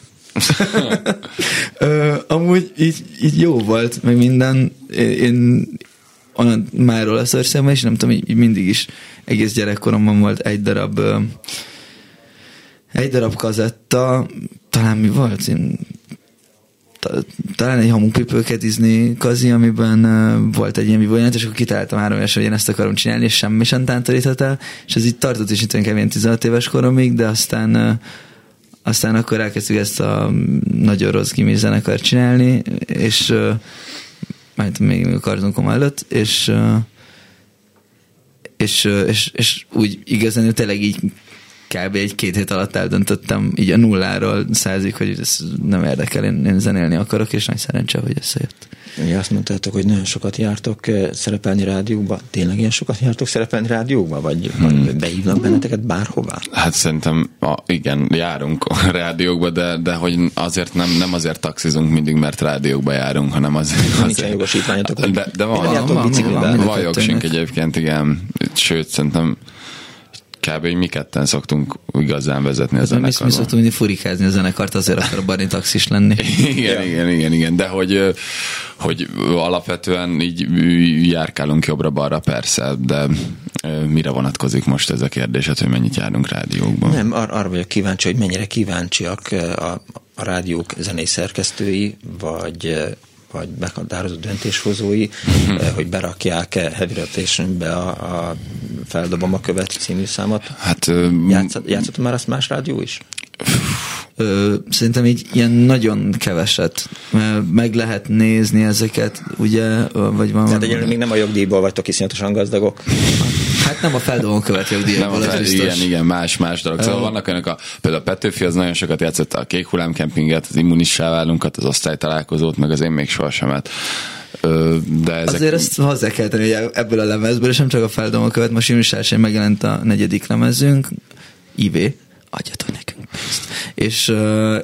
Amúgy így, így jó volt, meg minden. Én onnan már Olaszországban, és nem tudom, így mindig is egész gyerekkoromban volt egy darab egy darab kazetta, talán mi volt? Én, talán egy hamupipőket Disney kazi, amiben volt egy ilyen vívójelenet, és akkor kitaláltam három éves, hogy én ezt akarom csinálni, és semmi sem tántoríthat el, és ez így tartott is itt inkább ilyen tizenhat éves koromig, de aztán aztán akkor elkezdtük ezt a nagyon rossz gimi zenekart csinálni, és majd még a kardonkóm előtt, és, és, és, és úgy igazán tényleg így kb. Egy-két hét alatt eldöntöttem így a nulláról százig, hogy ez nem érdekel, én, én zenélni akarok, és nagy szerencse, hogy összejött. Ugye azt mondtátok, hogy nagyon sokat jártok szerepelni rádiókba. Tényleg ilyen sokat jártok szerepelni rádiókba? Vagy, hmm. vagy behívnak benneteket bárhová? Hát szerintem a, igen, járunk a rádiókba, de, de hogy azért nem, nem azért taxizunk mindig, mert rádiókba járunk, hanem azért... azért nincsen jogosítványotok. De, de van, van, van, van, van, van jogsink egyébként, igen. Sőt, szerintem kb. Mi ketten szoktunk igazán vezetni a zenekarban. Mi szoktunk mindig furikázni a zenekart, azért akar barni taxis lenni. igen, ja. igen, igen, igen, de hogy, hogy alapvetően így járkálunk jobbra-balra, persze, de mire vonatkozik most ez a kérdés, hogy mennyit járunk rádiókban? Nem, ar- arra vagyok kíváncsi, hogy mennyire kíváncsiak a, a rádiók zenei szerkesztői, vagy vagy meghatározott döntéshozói, hogy berakják Heavy Rotation-be a, a Feldobom a követ című számot. Hát, Játszott, játszott már azt más rádió is? Ö, szerintem így ilyen nagyon keveset. Meg lehet nézni ezeket, ugye? Vagy van, Tehát egyébként még nem a jogdíjból vagytok iszonyatosan gazdagok. Hát Hát nem a feldobon követi jogdíjakból, az biztos. Igen, igen, más, más dolog. Szóval vannak olyanok, a, például a Petőfi az nagyon sokat játszotta a Kék hullámkempinget, az Immunissá válunkat, az osztálytalálkozót, meg az Én még sohassemet. De ezek... Azért ezt hozzá kell tenni, hogy ebből a lemezből, és nem csak a feldobon követ, most június elsején megjelent a negyedik lemezünk, í vé, adjatok nekünk pénzt. És uh,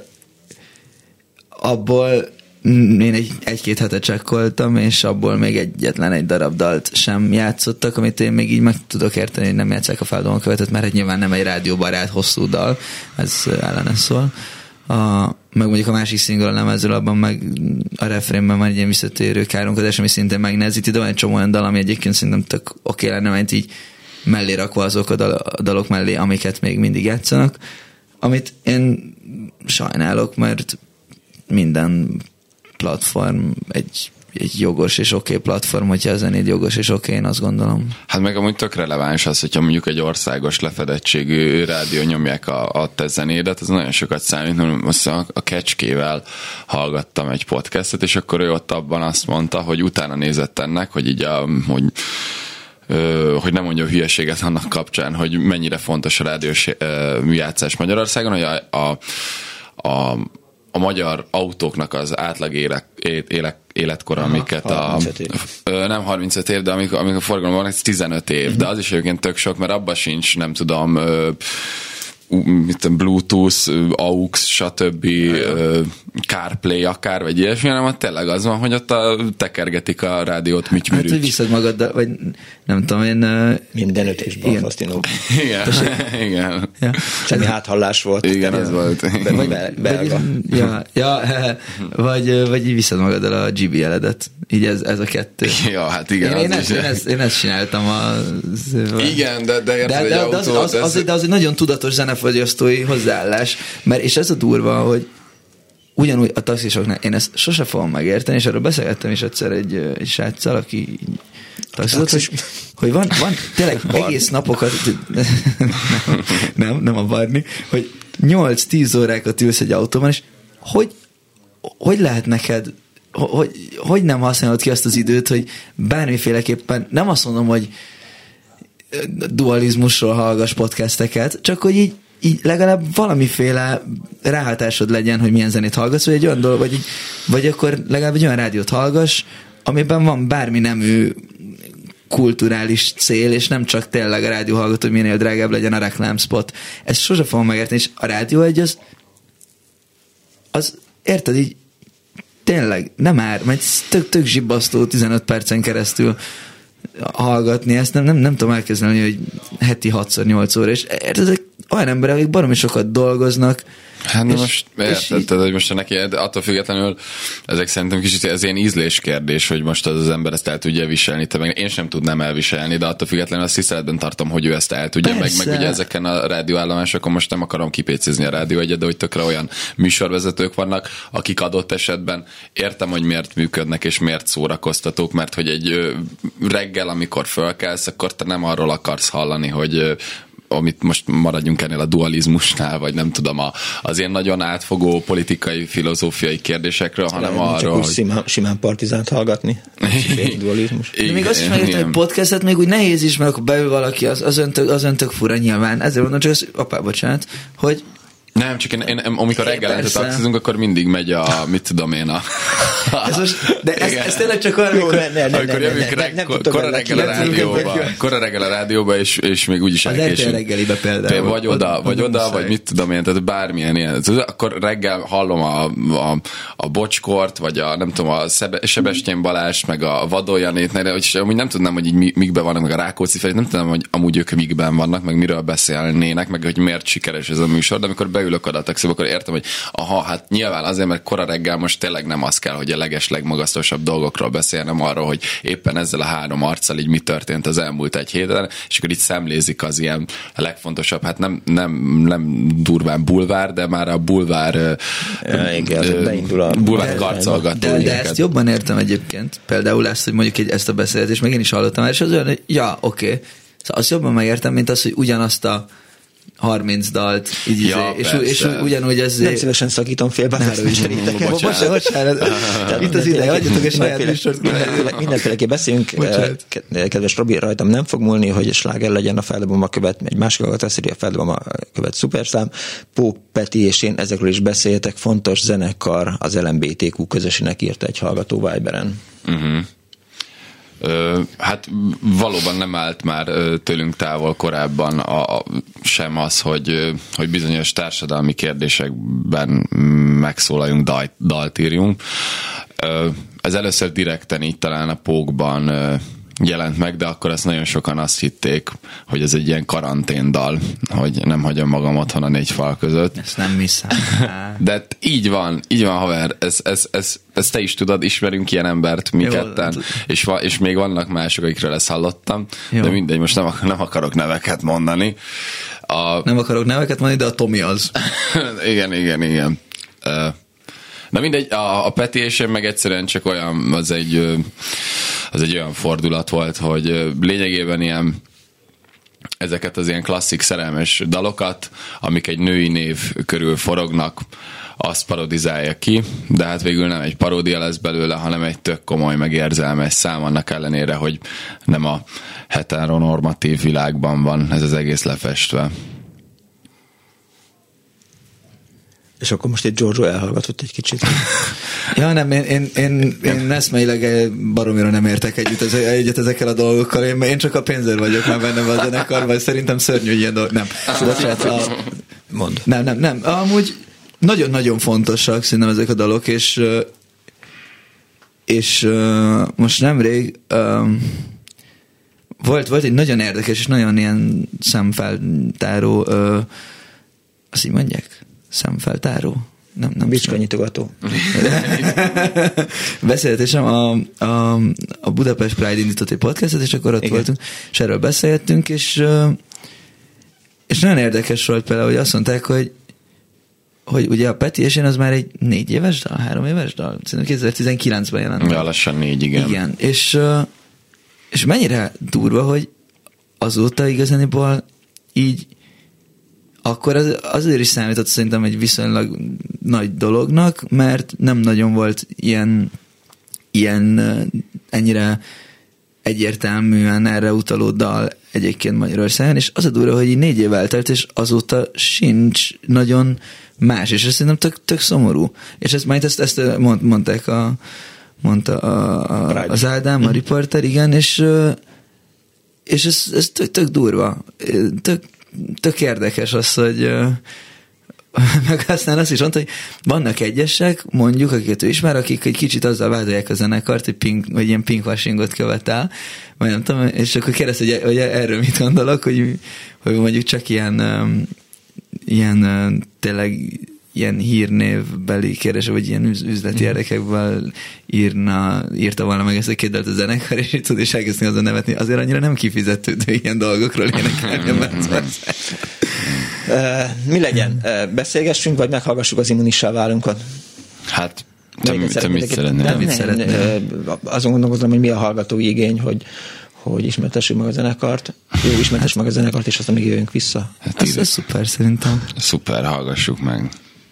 abból én egy, egy-két hetet csekkoltam, és abból még egyetlen egy darab dalt sem játszottak, amit én még így meg tudok érteni, hogy nem játsszák a feldobon követet, mert hát nyilván nem egy rádióbarát hosszú dal, ez ellene szól. A, meg mondjuk a másik single lemezről, abban meg a refrénben van egy ilyen visszatérő káromkodás, ami szintén megnehezíti, de van egy csomó olyan dal, ami egyébként szerintem tök oké lenne, mert így mellé rakva azok a, dal, a dalok mellé, amiket még mindig játszanak, amit én sajnálok, mert minden platform egy, egy jogos és oké okay platform, hogyha a zenéd jogos és oké, okay, én azt gondolom. Hát meg amúgy tök releváns az, hogyha mondjuk egy országos lefedettségű rádió nyomják a, a te zenédet, az nagyon sokat számít. Most a, a Kecskével hallgattam egy podcastot, és akkor ő ott abban azt mondta, hogy utána nézett ennek, hogy így a, hogy hogy nem mondja hülyeséget annak kapcsán, hogy mennyire fontos a rádiós játszás Magyarországon, hogy a, a, a, a magyar autóknak az átlag élek, élek, életkora, aha, amiket a... Nem harmincöt év, de amikor, amikor a forgalomban van, ez tizenöt év, uh-huh. De az is egyébként tök sok, mert abban sincs, nem tudom... Ö, mit Bluetooth, á u iksz, stb. CarPlay akár, vagy ilyesmi, hanem ott tényleg az van, hogy ott a, tekergetik a rádiót műtyműrűt. Hát, hogy visszad magaddal, vagy nem tudom, én... Minden ötésben fasztinó. Igen, igen. Ja. Semmi háthallás volt. Igen, az volt. De vagy belga. Ja, ja, vagy, vagy így visszad magaddal a gé bé eledet. Így ez, ez a kettő. Ja, hát igen. Én, én, ezt, én, ezt, én ezt csináltam. A, igen, de, de érted, de, de, de, az, az, az, de az egy nagyon tudatos zenefogyasztói hozzáállás, mert és ez a durva, hogy ugyanúgy a taxisoknál, én ezt sose fogom megérteni, és erről beszélgettem is egyszer egy, egy sráccal, aki taxizott, hogy, hogy van, van tényleg egész napokat, nem, nem, nem a Barni, hogy nyolc-tíz órákat ülsz egy autóban, és hogy, hogy lehet neked, hogy, hogy nem használod ki azt az időt, hogy bármiféleképpen, nem azt mondom, hogy dualizmusról hallgass podcasteket, csak hogy így, így legalább valamiféle ráhatásod legyen, hogy milyen zenét hallgatsz, vagy egy olyan dolog, vagy, így, vagy akkor legalább egy olyan rádiót hallgass, amiben van bármi nemű kulturális cél, és nem csak tényleg a rádió hallgató, hogy minél drágább legyen a reklámspot. Ezt sose fogom megérteni, és a rádió egy az, az érted, így tényleg nem ár, mert tök, tök zsibbasztó tizenöt percen keresztül hallgatni ezt, nem, nem, nem tudom elkezdeni, hogy heti hatszor nyolc óra, és ezek olyan emberek, akik baromi sokat dolgoznak. Hát és, most érted, hogy most neki attól függetlenül ezek szerintem kicsit ez ilyen ízlés kérdés, hogy most az az ember ezt el tudja viselni, te meg én sem tudnám elviselni, de attól függetlenül azt tiszteletben tartom, hogy ő ezt el tudja, meg, meg ugye ezeken a rádióállomásokon most nem akarom kipécézni a rádió egyet, de hogy tökre olyan műsorvezetők vannak, akik adott esetben értem, hogy miért működnek és miért szórakoztatók, mert hogy egy reggel, amikor fölkelsz, akkor te nem arról akarsz hallani, hogy amit most maradjunk ennél a dualizmusnál, vagy nem tudom, a, az ilyen nagyon átfogó politikai, filozófiai kérdésekről, hanem nem, arról, csak úgy hogy... simán, simán partizánt hallgatni. Dualizmus. Igen, még azt is megértem, hogy podcastet még úgy nehéz is, mert akkor beül valaki, az, az, öntök, az öntök fura nyilván. Ezért mondom, csak az, apá, bocsánat, hogy nem, csak én, én amikor reggelente taxizunk, akkor mindig megy a, mit tudom én, a... ez most, de ez, ez tényleg csak olyan, amikor, ne, ne, ne, amikor jövünk ne, ne, ne, kora reggel a rádióba, kora reggel a rádióba, és, és még úgyis elkésünk. Az reggelibe például. Vagy oda, vagy oda, vagy mit tudom én, tehát bármilyen ilyen. Akkor reggel hallom a, a, a Bocskort, vagy a, nem tudom, a Sebestyén Balást, meg a Vadoljanét, és amúgy nem tudnám, hogy így mikben vannak, meg a Rákóczi Ferit, nem tudom, hogy amúgy ők mikben vannak, meg miről beszélnének, meg hogy miért sikeres ez a műsor, de amikor beülök oda a taxiba, akkor értem, hogy aha, hát nyilván azért, mert kora reggel most tényleg nem az kell, hogy a leges legmagasztosabb dolgokról beszélnem, arról, hogy éppen ezzel a három arccal így mi történt az elmúlt egy héten, és akkor itt szemlézik az ilyen legfontosabb, hát nem, nem, nem durván bulvár, de már a bulvár ja, igen, beindul a bulvár karcolgató. De, de ezt jobban értem egyébként. Például ezt, hogy mondjuk egy, ezt a beszélgetést, meg én is hallottam, és az olyan, hogy ja, oké. Okay. Szóval azt jobban megértem, mint az, hogy ugyanazt a harminc dalt, így Ja, izé, és, és ugyanúgy ez... Nem szívesen szakítom félbe, ne bocsánat. Bocsánat, bocsánat. Itt az ideje, hagyjatok egy saját műsort. Mindenféleképp beszéljünk. Kedves Robi, rajtam nem fog múlni, hogy sláger legyen a Feldobom követ, egy másik hallgatásszerű a Feldobom követ szuperszám. Pók Peti és én ezekről is beszéltek, fontos zenekar az el em bé té kú közösének írta egy hallgató Viberen. Uh-huh. Ö, hát valóban nem állt már tőlünk távol korábban a, a, sem az, hogy, hogy bizonyos társadalmi kérdésekben megszólaljunk, dalt, dalt írjunk. Ö, ez először direkten így talán a Pókban jelent meg, de akkor azt nagyon sokan azt hitték, hogy ez egy ilyen karanténdal, hogy nem hagyom magam otthon a négy fal között. Ezt nem hiszem. De így van, így van, haver, ez, ez, ez, ez te is tudod, ismerünk ilyen embert mi Jó, ketten, és, va, és még vannak mások, akikről ezt hallottam, Jó. de mindegy, most nem, nem akarok neveket mondani. A... Nem akarok neveket mondani, de a Tomi az. igen, igen, igen. Na mindegy, a, a Peti és én meg egyszerűen csak olyan, az egy, az egy olyan fordulat volt, hogy lényegében ilyen ezeket az ilyen klasszik szerelmes dalokat, amik egy női név körül forognak, azt parodizálja ki, de hát végül nem egy paródia lesz belőle, hanem egy tök komoly, meg érzelmes szám, annak ellenére, hogy nem a heteronormatív világban van ez az egész lefestve. És akkor most itt Giorgio elhallgatott egy kicsit. Ja, nem, én, én, én, én eszmeileg baromira nem értek együtt, ez, egyet ezekkel a dolgokkal. Én, én csak a pénzért vagyok már bennem a zenekarban, szerintem szörnyű ilyen dolog. Nem. Bocsánat, a... Mond. Nem, nem, nem. Amúgy nagyon-nagyon fontosak szerintem ezek a dalok, és és most nemrég volt, volt egy nagyon érdekes és nagyon ilyen szemfeltáró, azt így mondják? Szemfeltáró? Nem, nem Bicskanyitogató. Beszélgetésem, a, a, a Budapest Pride indított egy podcastet, és akkor ott Igen. voltunk, és erről beszélgettünk, és, és nagyon érdekes volt például, hogy azt mondták, hogy hogy ugye a Peti és én az már egy négy éves dal, három éves dal, szerintem kétezer-tizenkilencben jelent. Ja, lassan négy, igen. Igen, és, és mennyire durva, hogy azóta igazániból így akkor az, azért is számított szerintem egy viszonylag nagy dolognak, mert nem nagyon volt ilyen, ilyen ennyire egyértelműen erre utaló dal egyébként Magyarországon, és az a durva, hogy így négy év eltelt, és azóta sincs nagyon más, és ez szerintem tök, tök szomorú. És ezt majd ezt, ezt mond, mondták a, mondta a, a, az Ádám, a riporter, igen, és, és ez, ez tök, tök durva. Tök, tök érdekes az, hogy meg aztán azt is mondta, hogy vannak egyesek, mondjuk, akiket ő ismer, akik egy kicsit azzal vádolják a zenekart, hogy, pink, hogy ilyen pinkwashingot követel, vagy nem tudom, és akkor kérdez, hogy, hogy erről mit gondolok, hogy, hogy mondjuk csak ilyen, ilyen tényleg ilyen hírnévbeli kérdés, vagy ilyen üzleti érdekekből írna, írta volna meg ezt a két dalt a zenekar, és így tud is elkezdni azon nevetni. Azért annyira nem kifizetődő ilyen dolgokról énekelni a Mercedes. Mi legyen? Beszélgessünk, vagy meghallgassuk az Immunissá válunkat? Hát, te, te mit szeretnél? Mit szeretnél? Azon gondolkozom, hogy mi a hallgatói igény, hogy hogy ismertessük meg a zenekart. Jó, ismertessük meg a zenekart, és aztán még jövünk vissza. Hát ez, ez szuper szerintem. Szuper, hallgassuk meg.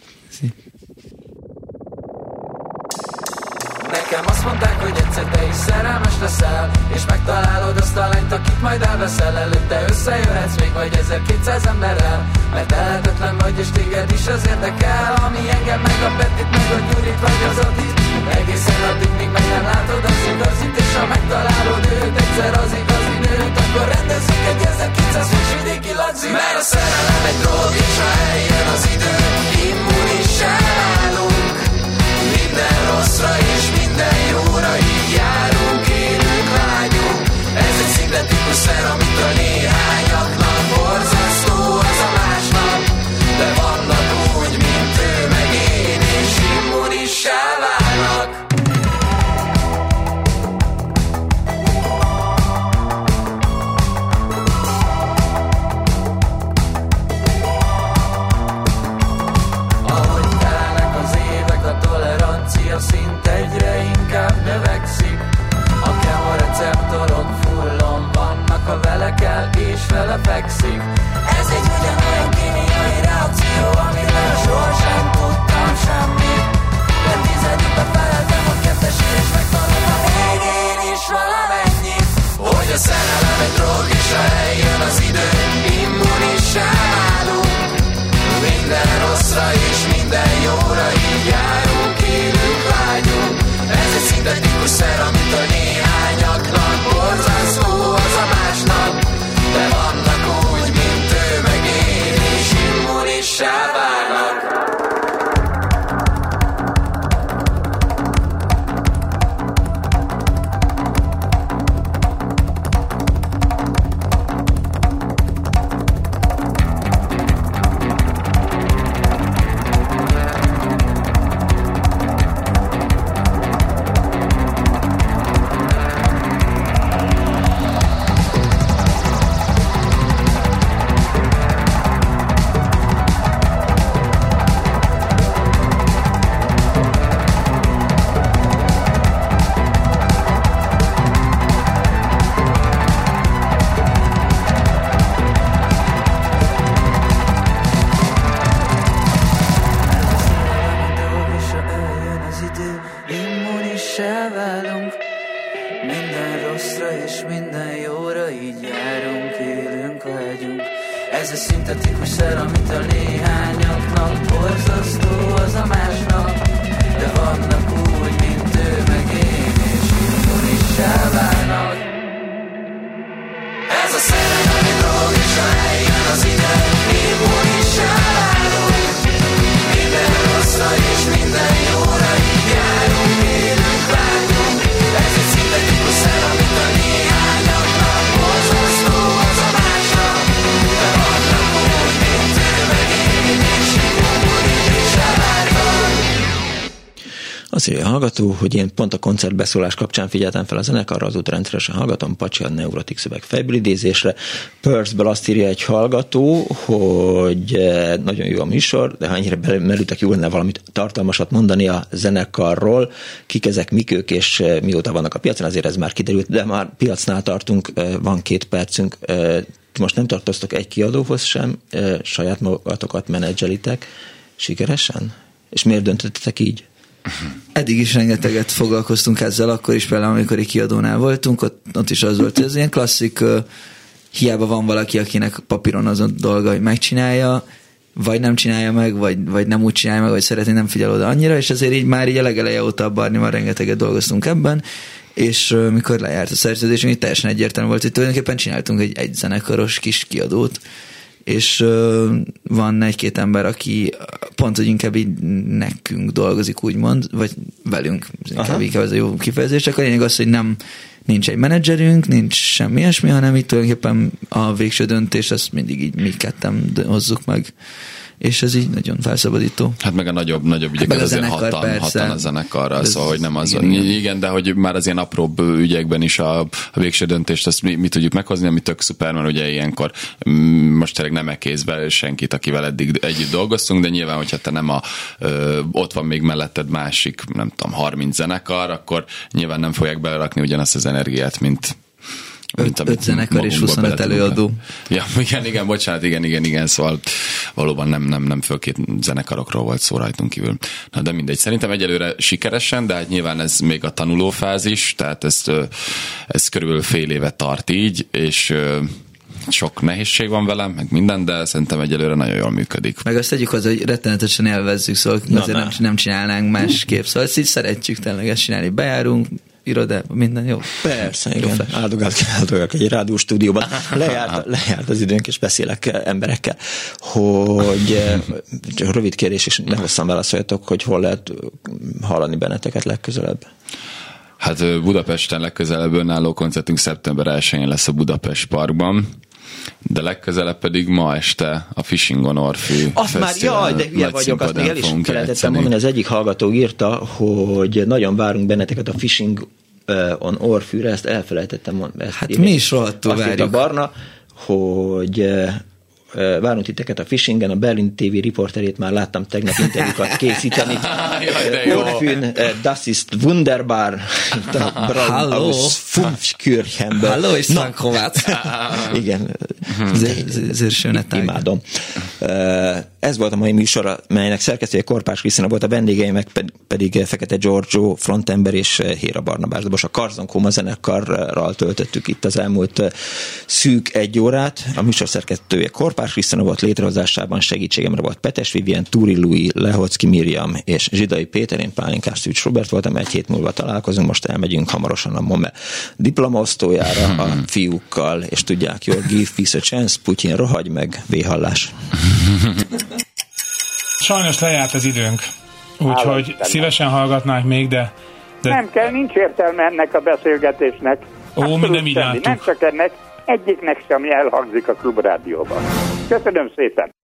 Nekem azt mondták, hogy egyszer te is szerelmes leszel, és megtalálod azt a lányt, akit majd elveszel. Előtte összejöhetsz még vagy ezerkétszáz emberrel, mert lehetetlen vagy, és téged is az érdekel. Ami engem meg a Petit, meg a Gyurit, vagy az Atit, egészen addig, míg meg nem látod az igazit, és ha megtalálod őt, egyszer az igazi nőt, akkor rendezzük egy ezerkétszázas vidéki lagzi. Mert a szerelem egy drog, és ha eljön az idő, immunissá válunk. Minden rosszra és minden jóra így járunk, élünk, vágyunk. Ez egy szintetikus szer, amitől néhányaknak borzasztó az a másnap. De vannak úgy, mint ő, meg én, és immunissá válnak. a szerelem egy drog, és ha eljön az idő, immunissá válunk. Minden rosszra és minden jóra így járunk, élünk, vágyunk. Ez egy szintetikus szer, amit a néhányaknak borzasztó az a másnak. De vannak úgy, mint ő, meg én, és immunissá válnak. Azt írja a hallgató, hogy én pont a koncertbeszólás kapcsán figyeltem fel a zenekarra, azóta rendszeresen hallgatom, Pacsi a Neurotik szöveg fejből idézésre. Perthből azt írja egy hallgató, hogy nagyon jó a műsor, de ha ennyire bemerültek, jó lenne valamit tartalmasat mondani a zenekarról, kik ezek, mik ők, és mióta vannak a piacon, azért ez már kiderült, de már piacnál tartunk, van két percünk. Most nem tartoztok egy kiadóhoz sem, saját magatokat menedzselitek sikeresen? És miért döntöttetek így? Eddig is rengeteget foglalkoztunk ezzel, akkor is például, amikor egy kiadónál voltunk, ott, ott is az volt, hogy ez ilyen klasszik, uh, hiába van valaki, akinek papíron az a dolga, hogy megcsinálja, vagy nem csinálja meg, vagy, vagy nem úgy csinálja meg, vagy szeretné, nem figyel oda annyira, és azért így már így a legeleje óta a Barnival rengeteget dolgoztunk ebben, és uh, mikor lejárt a szerződésünk, így teljesen egyértelmű volt, hogy tulajdonképpen csináltunk egy, egy zenekaros kis kiadót, és uh, van egy-két ember, aki pont, hogy inkább így nekünk dolgozik, úgymond, vagy velünk, inkább, inkább ez a jó kifejezés, csak a lényeg az, hogy nem, nincs egy menedzserünk, nincs semmi ilyesmi, hanem itt tulajdonképpen a végső döntés, ezt mindig így mi ketten hozzuk meg, és ez így nagyon felszabadító. Hát meg a nagyobb, nagyobb ügyek, hát azért hatan, hatan a zenekarra, ez, szóval hogy nem az, igen, igen. igen, de hogy már az ilyen apróbb ügyekben is a, a végső döntést azt mi, mi tudjuk meghozni, ami tök szuper, mert ugye ilyenkor most tényleg nem elkézve senkit, akivel eddig együtt dolgoztunk, de nyilván, hogyha te nem a, ö, ott van még melletted másik, nem tudom, harminc zenekar, akkor nyilván nem fogják belerakni ugyanazt az energiát, mint Mint öt zenekar és huszonöt előadó. Ja, igen, igen, bocsánat, igen, igen, igen, szóval valóban nem, nem, nem fölkét zenekarokról volt szó rajtunk kívül. Na, de mindegy, szerintem egyelőre sikeresen, de hát nyilván ez még a tanulófázis, tehát ez, ez körülbelül fél éve tart így, és sok nehézség van velem, meg minden, de szerintem egyelőre nagyon jól működik. Meg azt tegyük hozzá, hogy rettenetesen élvezzük, szóval na, azért nem, nem csinálnánk másképp, szóval ezt így szeretjük tényleg ezt csinálni, bejárunk, iroda, minden jó. Persze, jó, igen. Áldogálok egy rádió stúdióban. Lejárt, lejárt az időnk, és beszélek emberekkel, hogy csak rövid kérdés, és ne hosszan válaszoljatok, hogy hol lehet hallani benneteket legközelebb. Hát Budapesten legközelebb önálló koncertünk szeptember elsején lesz a Budapest Parkban, de legközelebb pedig ma este a Fishing on Orfű azt már, jaj, de hülye vagyok, azt még el is felejtettem mondani, az egyik hallgató írta, hogy nagyon várunk benneteket a Fishing on Orfűre, ezt elfelejtettem mondani. Hát írni. Mi is rohadtul várjuk. Azt Barna, hogy várunk titeket a Fishingen, a Berlin té vé riporterét már láttam tegnap interjúkat készíteni. Orfűn, das ist wunderbar. Braun aus Fünfkirchenből. Hallo, és Frankovat. Igen. Sehr schön. Imádom. Ez volt a mai műsor, melynek szerkesztője Korpás Krisztina volt, a vendégeimek pedig Fekete Giorgio, frontember és Héra Barnabás Dobos. A Karzon Koma zenekarral töltöttük itt az elmúlt szűk egy órát. A műsor szerkesztője Korpás Krisztina volt, létrehozásában segítségemre volt Petes Vivien, Túri Louis, Lehocki Miriam és Zsidai Péter, én Pálinkás Szűcs Robert voltam, egy hét múlva találkozunk, most elmegyünk hamarosan a MOME diplomaosztójára a fiúkkal, és tudják jól, give peace a chance, Putyin rohagy meg, véhallás. Sajnos lejárt az időnk, úgyhogy szívesen hallgatnánk még, de, de... Nem kell, nincs értelme ennek a beszélgetésnek. Ó, mi nem így Nem csak ennek, egyiknek sem elhangzik a Klubrádióban. Köszönöm szépen!